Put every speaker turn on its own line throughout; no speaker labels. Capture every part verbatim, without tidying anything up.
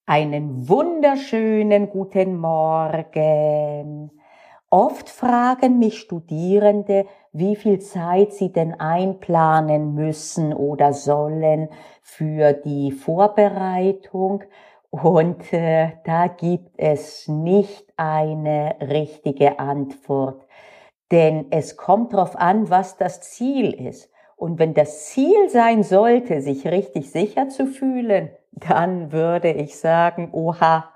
Einen wunderschönen guten Morgen. Oft fragen mich Studierende, wie viel Zeit sie denn einplanen müssen oder sollen für die Vorbereitung. Und äh, da gibt es nicht eine richtige Antwort. Denn es kommt darauf an, was das Ziel ist. Und wenn das Ziel sein sollte, sich richtig sicher zu fühlen, dann würde ich sagen, oha,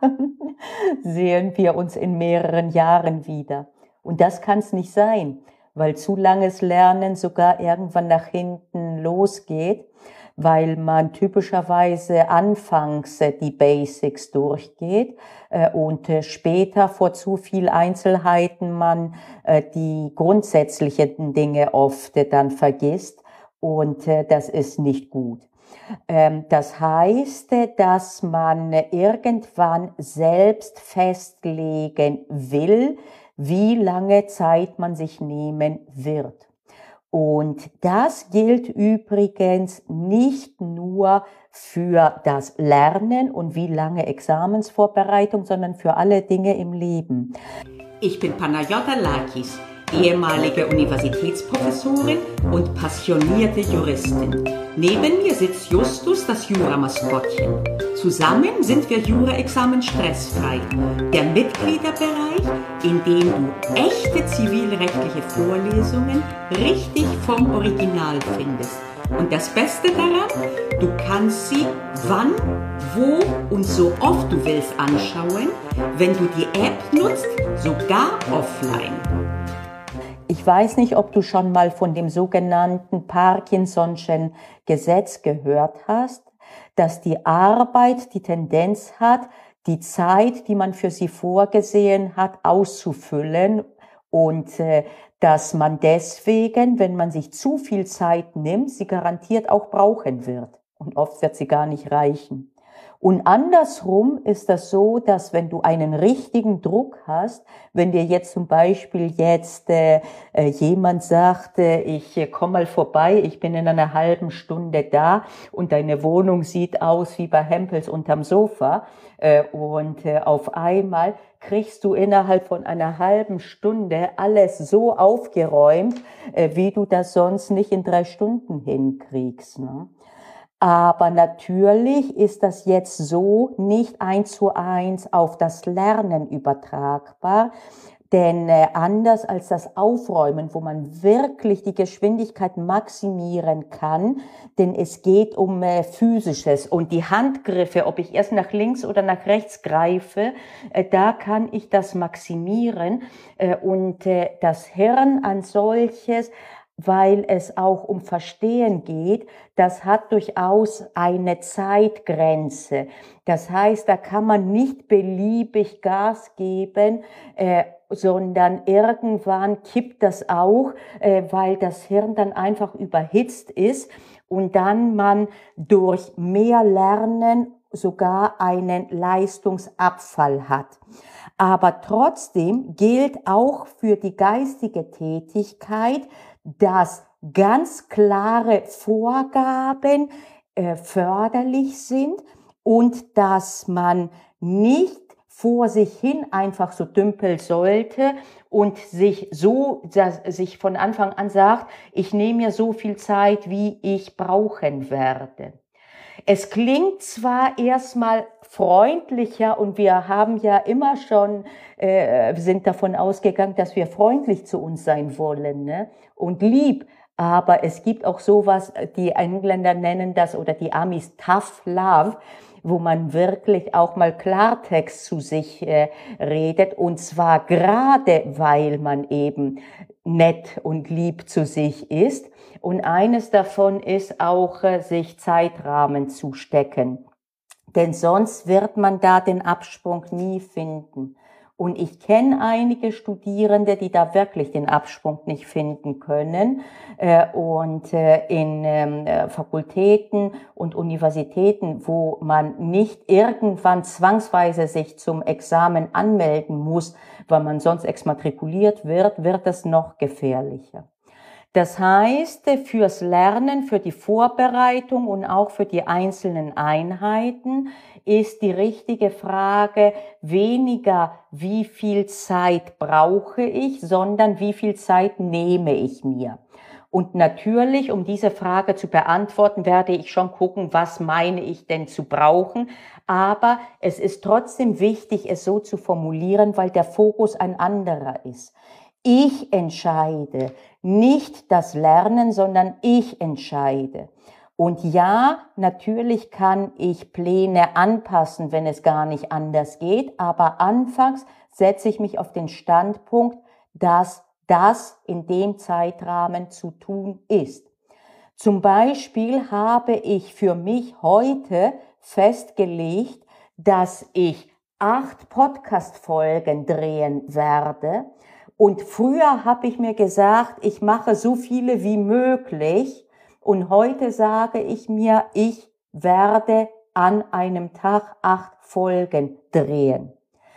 sehen wir uns in mehreren Jahren wieder. Und das kann es nicht sein, weil zu langes Lernen sogar irgendwann nach hinten losgeht, weil man typischerweise anfangs die Basics durchgeht und später vor zu viel Einzelheiten man die grundsätzlichen Dinge oft dann vergisst und das ist nicht gut. Das heißt, dass man irgendwann selbst festlegen will, wie lange Zeit man sich nehmen wird. Und das gilt übrigens nicht nur für das Lernen und wie lange Examensvorbereitung, sondern für alle Dinge im Leben.
Ich bin Panayota Lakis, ehemalige Universitätsprofessorin und passionierte Juristin. Neben mir sitzt Justus, das Jura-Maskottchen. Zusammen sind wir Jura-Examen stressfrei, der Mitgliederbereich, in dem du echte zivilrechtliche Vorlesungen richtig vom Original findest. Und das Beste daran, du kannst sie wann, wo und so oft du willst anschauen, wenn du die App nutzt, sogar offline.
Ich weiß nicht, ob du schon mal von dem sogenannten Parkinson'schen Gesetz gehört hast, dass die Arbeit die Tendenz hat, die Zeit, die man für sie vorgesehen hat, auszufüllen und äh, dass man deswegen, wenn man sich zu viel Zeit nimmt, sie garantiert auch brauchen wird. Und oft wird sie gar nicht reichen. Und andersrum ist das so, dass wenn du einen richtigen Druck hast, wenn dir jetzt zum Beispiel jetzt äh, jemand sagt, äh, ich äh, komm mal vorbei, ich bin in einer halben Stunde da und deine Wohnung sieht aus wie bei Hempels unterm Sofa äh, und äh, auf einmal kriegst du innerhalb von einer halben Stunde alles so aufgeräumt, äh, wie du das sonst nicht in drei Stunden hinkriegst, ne? Aber natürlich ist das jetzt so nicht eins zu eins auf das Lernen übertragbar, denn äh, anders als das Aufräumen, wo man wirklich die Geschwindigkeit maximieren kann, denn es geht um äh, Physisches und die Handgriffe, ob ich erst nach links oder nach rechts greife, äh, da kann ich das maximieren äh, und äh, das Hirn an solches, weil es auch um Verstehen geht, das hat durchaus eine Zeitgrenze. Das heißt, da kann man nicht beliebig Gas geben, äh, sondern irgendwann kippt das auch, äh, weil das Hirn dann einfach überhitzt ist und dann man durch mehr Lernen sogar einen Leistungsabfall hat. Aber trotzdem gilt auch für die geistige Tätigkeit, dass ganz klare Vorgaben äh, förderlich sind und dass man nicht vor sich hin einfach so dümpeln sollte und sich so, dass sich von Anfang an sagt, ich nehme mir so viel Zeit, wie ich brauchen werde. Es klingt zwar erstmal freundlicher und wir haben ja immer schon, äh, sind davon ausgegangen, dass wir freundlich zu uns sein wollen, ne? Und lieb. Aber es gibt auch sowas, die Engländer nennen das oder die Amis Tough Love, wo man wirklich auch mal Klartext zu sich äh, redet und zwar gerade, weil man eben nett und lieb zu sich ist. Und eines davon ist auch, äh, sich Zeitrahmen zu stecken. Denn sonst wird man da den Absprung nie finden. Und ich kenne einige Studierende, die da wirklich den Absprung nicht finden können äh, und äh, in äh, Fakultäten und Universitäten, wo man nicht irgendwann zwangsweise sich zum Examen anmelden muss, weil man sonst exmatrikuliert wird, wird es noch gefährlicher. Das heißt, fürs Lernen, für die Vorbereitung und auch für die einzelnen Einheiten ist die richtige Frage weniger, wie viel Zeit brauche ich, sondern wie viel Zeit nehme ich mir. Und natürlich, um diese Frage zu beantworten, werde ich schon gucken, was meine ich denn zu brauchen. Aber es ist trotzdem wichtig, es so zu formulieren, weil der Fokus ein anderer ist. Ich entscheide, nicht das Lernen, sondern ich entscheide. Und ja, natürlich kann ich Pläne anpassen, wenn es gar nicht anders geht, aber anfangs setze ich mich auf den Standpunkt, dass das in dem Zeitrahmen zu tun ist. Zum Beispiel habe ich für mich heute festgelegt, dass ich acht Podcast-Folgen drehen werde. Und früher habe ich mir gesagt, ich mache so viele wie möglich. Und heute sage ich mir, ich werde an einem Tag acht Folgen drehen.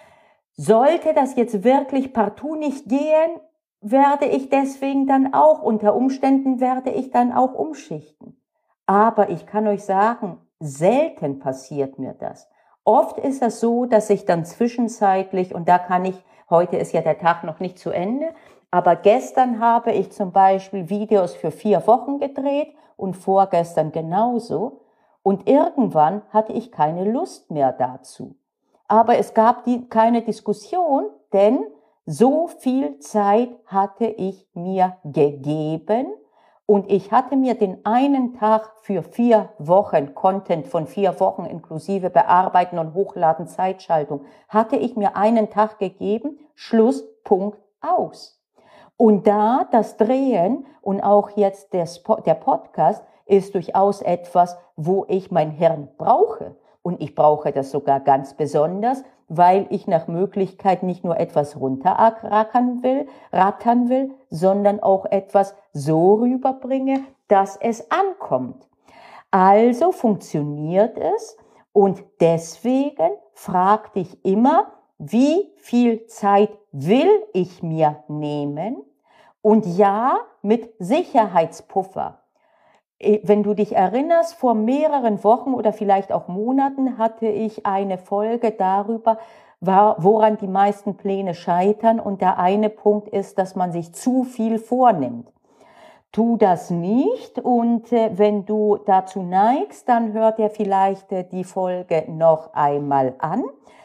Sollte das jetzt wirklich partout nicht gehen, werde ich deswegen dann auch, unter Umständen werde ich dann auch umschichten. Aber ich kann euch sagen, selten passiert mir das. Oft ist es so, dass ich dann zwischenzeitlich, und da kann ich, heute ist ja der Tag noch nicht zu Ende, aber gestern habe ich zum Beispiel Videos für vier Wochen gedreht und vorgestern genauso. Und irgendwann hatte ich keine Lust mehr dazu. Aber es gab die, keine Diskussion, denn so viel Zeit hatte ich mir gegeben und ich hatte mir den einen Tag für vier Wochen, Content von vier Wochen inklusive Bearbeiten und Hochladen, Zeitschaltung, hatte ich mir einen Tag gegeben, Schluss, Punkt, aus. Und da das Drehen und auch jetzt der, Spot, der Podcast ist durchaus etwas, wo ich mein Hirn brauche. Und ich brauche das sogar ganz besonders, weil ich nach Möglichkeit nicht nur etwas runterrackern will, rattern will, sondern auch etwas so rüberbringe, dass es ankommt. Also funktioniert es und deswegen frag dich immer, wie viel Zeit will ich mir nehmen? Und ja, mit Sicherheitspuffer. Wenn du dich erinnerst, vor mehreren Wochen oder vielleicht auch Monaten hatte ich eine Folge darüber, woran die meisten Pläne scheitern. Und der eine Punkt ist, dass man sich zu viel vornimmt. Tu das nicht und wenn du dazu neigst, dann hör dir vielleicht die Folge noch einmal an.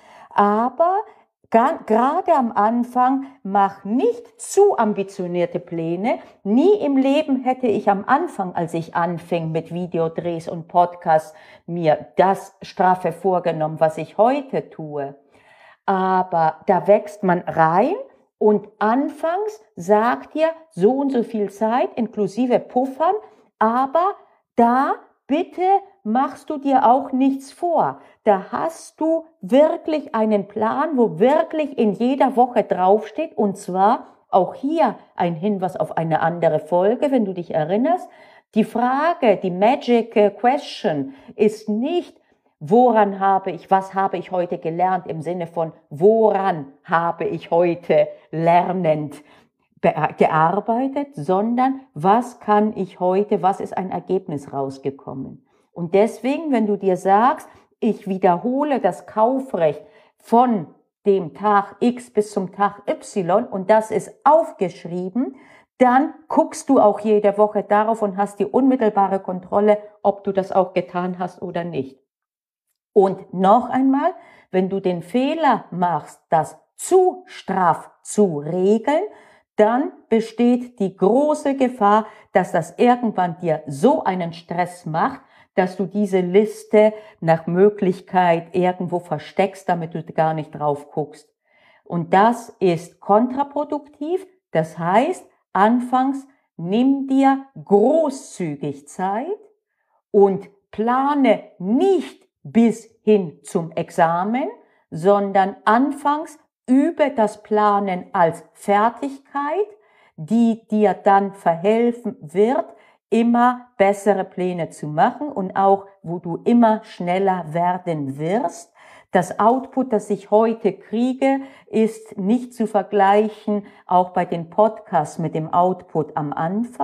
Aber gerade am Anfang, mach nicht zu ambitionierte Pläne. Nie im Leben hätte ich am Anfang, als ich anfing mit Videodrehs und Podcasts, mir das straffe vorgenommen, was ich heute tue. Aber da wächst man rein und anfangs sagt ihr so und so viel Zeit, inklusive Puffern, aber da bitte machst du dir auch nichts vor. Da hast du wirklich einen Plan, wo wirklich in jeder Woche draufsteht, und zwar auch hier ein Hinweis auf eine andere Folge, wenn du dich erinnerst. Die Frage, die Magic Question ist nicht, woran habe ich, was habe ich heute gelernt, im Sinne von, woran habe ich heute lernend gearbeitet, sondern was kann ich heute, was ist ein Ergebnis rausgekommen. Und deswegen, wenn du dir sagst, ich wiederhole das Kaufrecht von dem Tag X bis zum Tag Y und das ist aufgeschrieben, dann guckst du auch jede Woche darauf und hast die unmittelbare Kontrolle, ob du das auch getan hast oder nicht. Und noch einmal, wenn du den Fehler machst, das zu straff zu regeln, dann besteht die große Gefahr, dass das irgendwann dir so einen Stress macht, dass du diese Liste nach Möglichkeit irgendwo versteckst, damit du gar nicht drauf guckst. Und das ist kontraproduktiv. Das heißt, anfangs nimm dir großzügig Zeit und plane nicht bis hin zum Examen, sondern anfangs übe das Planen als Fertigkeit, die dir dann verhelfen wird, immer bessere Pläne zu machen und auch, wo du immer schneller werden wirst. Das Output, das ich heute kriege, ist nicht zu vergleichen, auch bei den Podcasts mit dem Output am Anfang.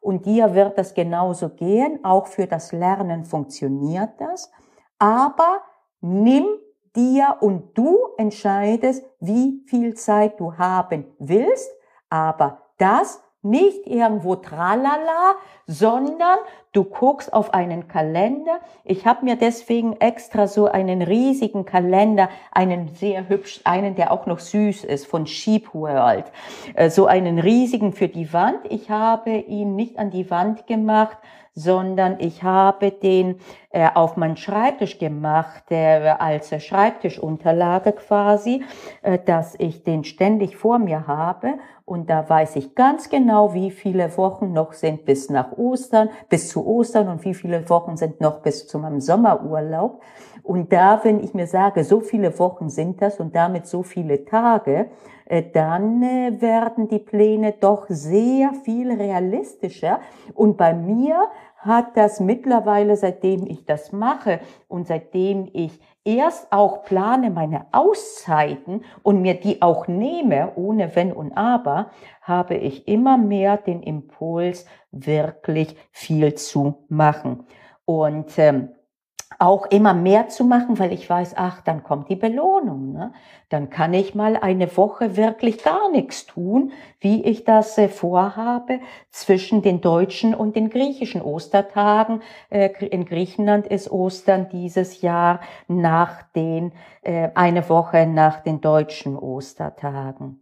und dir wird das genauso gehen. Auch für das Lernen funktioniert das. Aber nimm dir und du entscheidest, wie viel Zeit du haben willst, aber das nicht irgendwo tralala, sondern du guckst auf einen Kalender. Ich habe mir deswegen extra so einen riesigen Kalender, einen sehr hübsch, einen, der auch noch süß ist, von Sheep World, so einen riesigen für die Wand. Ich habe ihn nicht an die Wand gemacht, sondern ich habe den äh, auf meinen Schreibtisch gemacht, äh, als Schreibtischunterlage quasi, äh, dass ich den ständig vor mir habe. Und da weiß ich ganz genau, wie viele Wochen noch sind bis nach Ostern, bis zu Ostern und wie viele Wochen sind noch bis zu meinem Sommerurlaub. Und da, wenn ich mir sage, so viele Wochen sind das und damit so viele Tage, äh, dann äh, werden die Pläne doch sehr viel realistischer. Und bei mir hat das mittlerweile, seitdem ich das mache und seitdem ich erst auch plane meine Auszeiten und mir die auch nehme, ohne Wenn und Aber, habe ich immer mehr den Impuls, wirklich viel zu machen. Und ähm, auch immer mehr zu machen, weil ich weiß, ach, dann kommt die Belohnung, ne? Dann kann ich mal eine Woche wirklich gar nichts tun, wie ich das äh, vorhabe zwischen den deutschen und den griechischen Ostertagen. Äh, in Griechenland ist Ostern dieses Jahr nach den, äh, eine Woche nach den deutschen Ostertagen.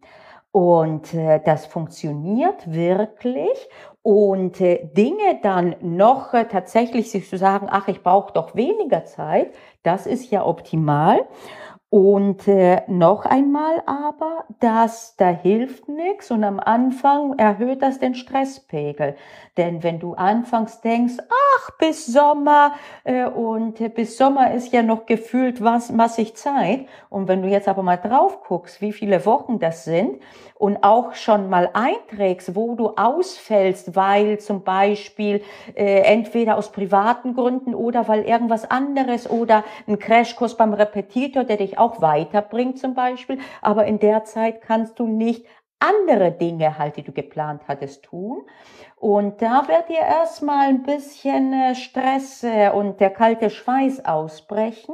Und äh, das funktioniert wirklich. Und äh, Dinge dann noch äh, tatsächlich sich zu sagen, ach, ich brauche doch weniger Zeit, das ist ja optimal. Und äh, noch einmal aber, das, da hilft nichts und am Anfang erhöht das den Stresspegel. Denn wenn du anfangs denkst, ach, bis Sommer äh, und äh, bis Sommer ist ja noch gefühlt was, massig Zeit. Und wenn du jetzt aber mal drauf guckst, wie viele Wochen das sind und auch schon mal einträgst, wo du ausfällst, weil zum Beispiel äh, entweder aus privaten Gründen oder weil irgendwas anderes oder ein Crashkurs beim Repetitor, der dich auch weiterbringt zum Beispiel, aber in der Zeit kannst du nicht andere Dinge halt, die du geplant hattest, tun. Und da wird dir erstmal ein bisschen Stress und der kalte Schweiß ausbrechen,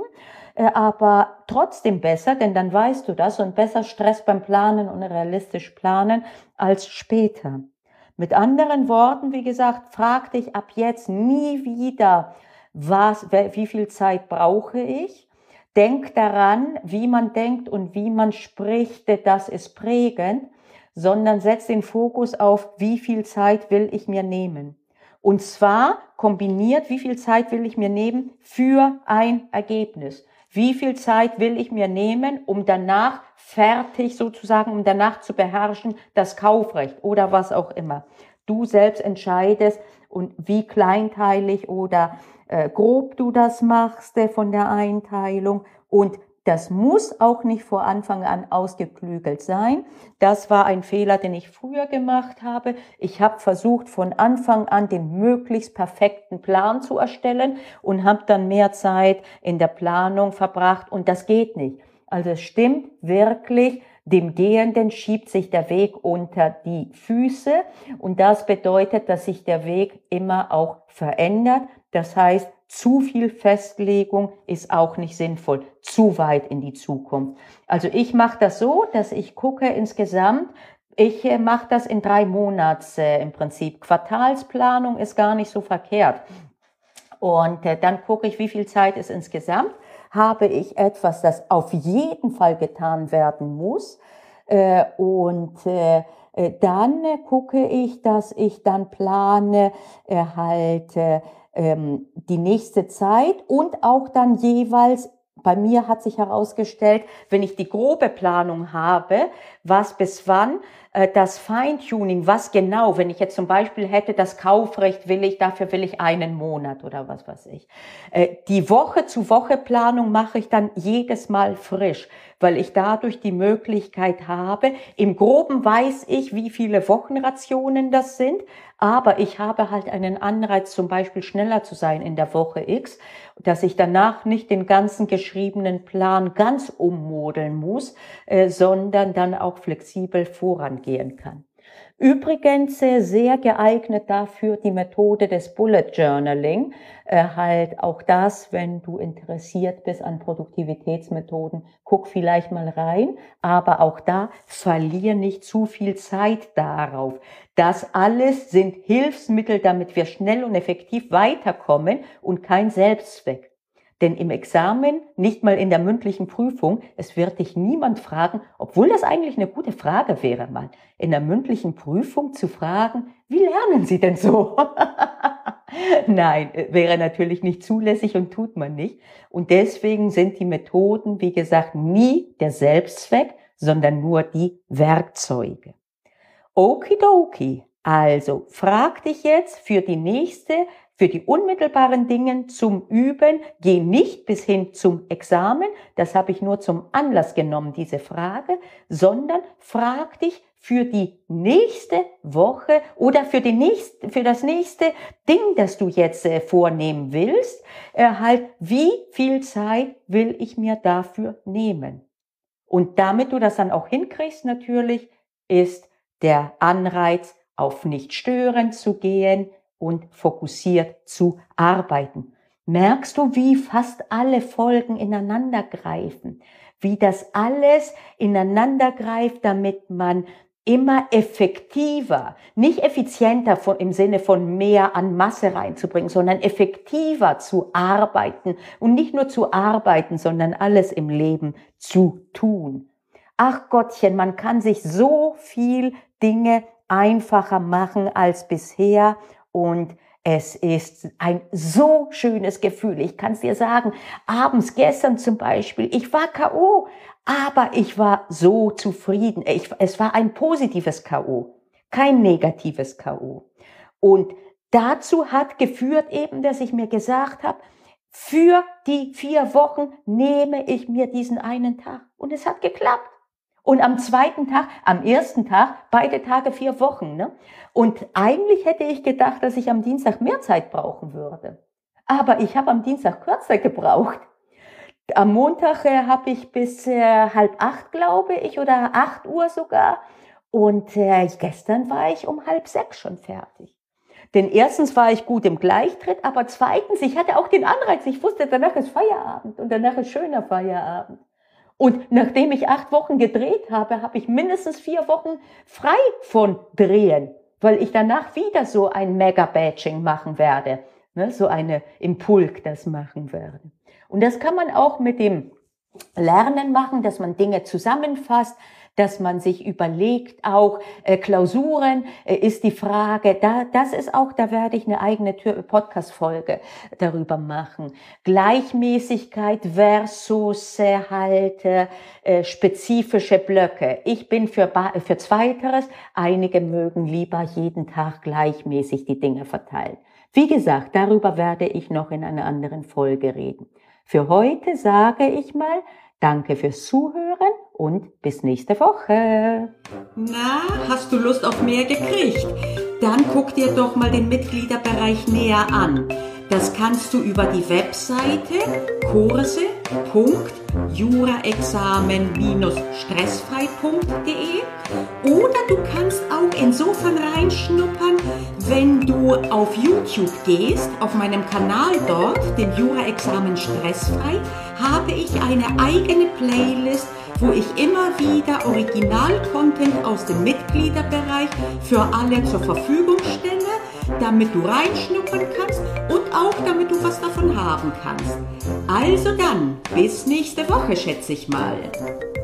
aber trotzdem besser, denn dann weißt du das und besser Stress beim Planen und realistisch planen als später. Mit anderen Worten, wie gesagt, frag dich ab jetzt nie wieder, was, wie viel Zeit brauche ich? Denk daran, wie man denkt und wie man spricht, das ist prägend, sondern setz den Fokus auf, wie viel Zeit will ich mir nehmen. Und zwar kombiniert, wie viel Zeit will ich mir nehmen für ein Ergebnis. Wie viel Zeit will ich mir nehmen, um danach fertig sozusagen, um danach zu beherrschen, das Kaufrecht oder was auch immer. Du selbst entscheidest und wie kleinteilig oder äh, grob du das machst äh, von der Einteilung. Und das muss auch nicht vor Anfang an ausgeklügelt sein. Das war ein Fehler, den ich früher gemacht habe. Ich habe versucht, von Anfang an den möglichst perfekten Plan zu erstellen und habe dann mehr Zeit in der Planung verbracht. Und das geht nicht. Also es stimmt wirklich, dem Gehenden schiebt sich der Weg unter die Füße. Und das bedeutet, dass sich der Weg immer auch verändert. Das heißt, zu viel Festlegung ist auch nicht sinnvoll, zu weit in die Zukunft. Also ich mache das so, dass ich gucke insgesamt, ich äh, mache das in drei Monats äh, im Prinzip. Quartalsplanung ist gar nicht so verkehrt. Und äh, dann gucke ich, wie viel Zeit ist insgesamt. Habe ich etwas, das auf jeden Fall getan werden muss. Äh, und äh, dann äh, gucke ich, dass ich dann plane äh, halt äh, die nächste Zeit und auch dann jeweils, bei mir hat sich herausgestellt, wenn ich die grobe Planung habe, was bis wann, das Feintuning, was genau, wenn ich jetzt zum Beispiel hätte, das Kaufrecht will ich, dafür will ich einen Monat oder was weiß ich. Die Woche-zu-Woche-Planung mache ich dann jedes Mal frisch, weil ich dadurch die Möglichkeit habe, im Groben weiß ich, wie viele Wochenrationen das sind, aber ich habe halt einen Anreiz, zum Beispiel schneller zu sein in der Woche X, dass ich danach nicht den ganzen geschriebenen Plan ganz ummodeln muss, äh, sondern dann auch flexibel vorangehen kann. Übrigens äh, sehr geeignet dafür die Methode des Bullet Journaling. Äh, halt auch das, wenn du interessiert bist an Produktivitätsmethoden, guck vielleicht mal rein. Aber auch da verlier nicht zu viel Zeit darauf. Das alles sind Hilfsmittel, damit wir schnell und effektiv weiterkommen und kein Selbstzweck. Denn im Examen, nicht mal in der mündlichen Prüfung, es wird dich niemand fragen, obwohl das eigentlich eine gute Frage wäre, mal in der mündlichen Prüfung zu fragen, wie lernen Sie denn so? Nein, wäre natürlich nicht zulässig und tut man nicht. Und deswegen sind die Methoden, wie gesagt, nie der Selbstzweck, sondern nur die Werkzeuge. Okidoki, also frag dich jetzt für die nächste Für die unmittelbaren Dinge zum Üben, geh nicht bis hin zum Examen, das habe ich nur zum Anlass genommen, diese Frage, sondern frag dich für die nächste Woche oder für, die nächste, für das nächste Ding, das du jetzt äh, vornehmen willst, äh, halt, wie viel Zeit will ich mir dafür nehmen? Und damit du das dann auch hinkriegst, natürlich, ist der Anreiz, auf nicht stören zu gehen, und fokussiert zu arbeiten. Merkst du, wie fast alle Folgen ineinander greifen? Wie das alles ineinander greift, damit man immer effektiver, nicht effizienter von, im Sinne von mehr an Masse reinzubringen, sondern effektiver zu arbeiten und nicht nur zu arbeiten, sondern alles im Leben zu tun. Ach Gottchen, man kann sich so viel Dinge einfacher machen als bisher. Und es ist ein so schönes Gefühl. Ich kann es dir sagen, abends gestern zum Beispiel, ich war K O, aber ich war so zufrieden. Ich, es war ein positives K O, kein negatives K O. Und dazu hat geführt eben, dass ich mir gesagt habe, für die vier Wochen nehme ich mir diesen einen Tag. Und es hat geklappt. Und am zweiten Tag, am ersten Tag, beide Tage vier Wochen. Ne? Und eigentlich hätte ich gedacht, dass ich am Dienstag mehr Zeit brauchen würde. Aber ich habe am Dienstag kürzer gebraucht. Am Montag äh, habe ich bis äh, halb acht, glaube ich, oder acht Uhr sogar. Und äh, gestern war ich um halb sechs schon fertig. Denn erstens war ich gut im Gleichtritt, aber zweitens, ich hatte auch den Anreiz. Ich wusste, danach ist Feierabend und danach ist schöner Feierabend. Und nachdem ich acht Wochen gedreht habe, habe ich mindestens vier Wochen frei von Drehen, weil ich danach wieder so ein Mega-Batching machen werde, ne, so eine im Pulk das machen werde. Und das kann man auch mit dem Lernen machen, dass man Dinge zusammenfasst, dass man sich überlegt, auch äh, Klausuren äh, ist die Frage, da, das ist auch, da werde ich eine eigene Podcast-Folge darüber machen. Gleichmäßigkeit versus äh, halt äh, spezifische Blöcke. Ich bin für, für Zweiteres, einige mögen lieber jeden Tag gleichmäßig die Dinge verteilen. Wie gesagt, darüber werde ich noch in einer anderen Folge reden. Für heute sage ich mal, danke fürs Zuhören und bis nächste Woche.
Na, hast du Lust auf mehr gekriegt? Dann guck dir doch mal den Mitgliederbereich näher an. Das kannst du über die Webseite kurse punkt juraexamen stressfrei punkt de oder du kannst auch insofern reinschnuppern, wenn du auf YouTube gehst, auf meinem Kanal dort, dem Juraexamen Stressfrei, habe ich eine eigene Playlist, wo ich immer wieder Original-Content aus dem Mitgliederbereich für alle zur Verfügung stelle, damit du reinschnuppern kannst und auch damit du was davon haben kannst. Also dann, bis nächste Woche, schätze ich mal.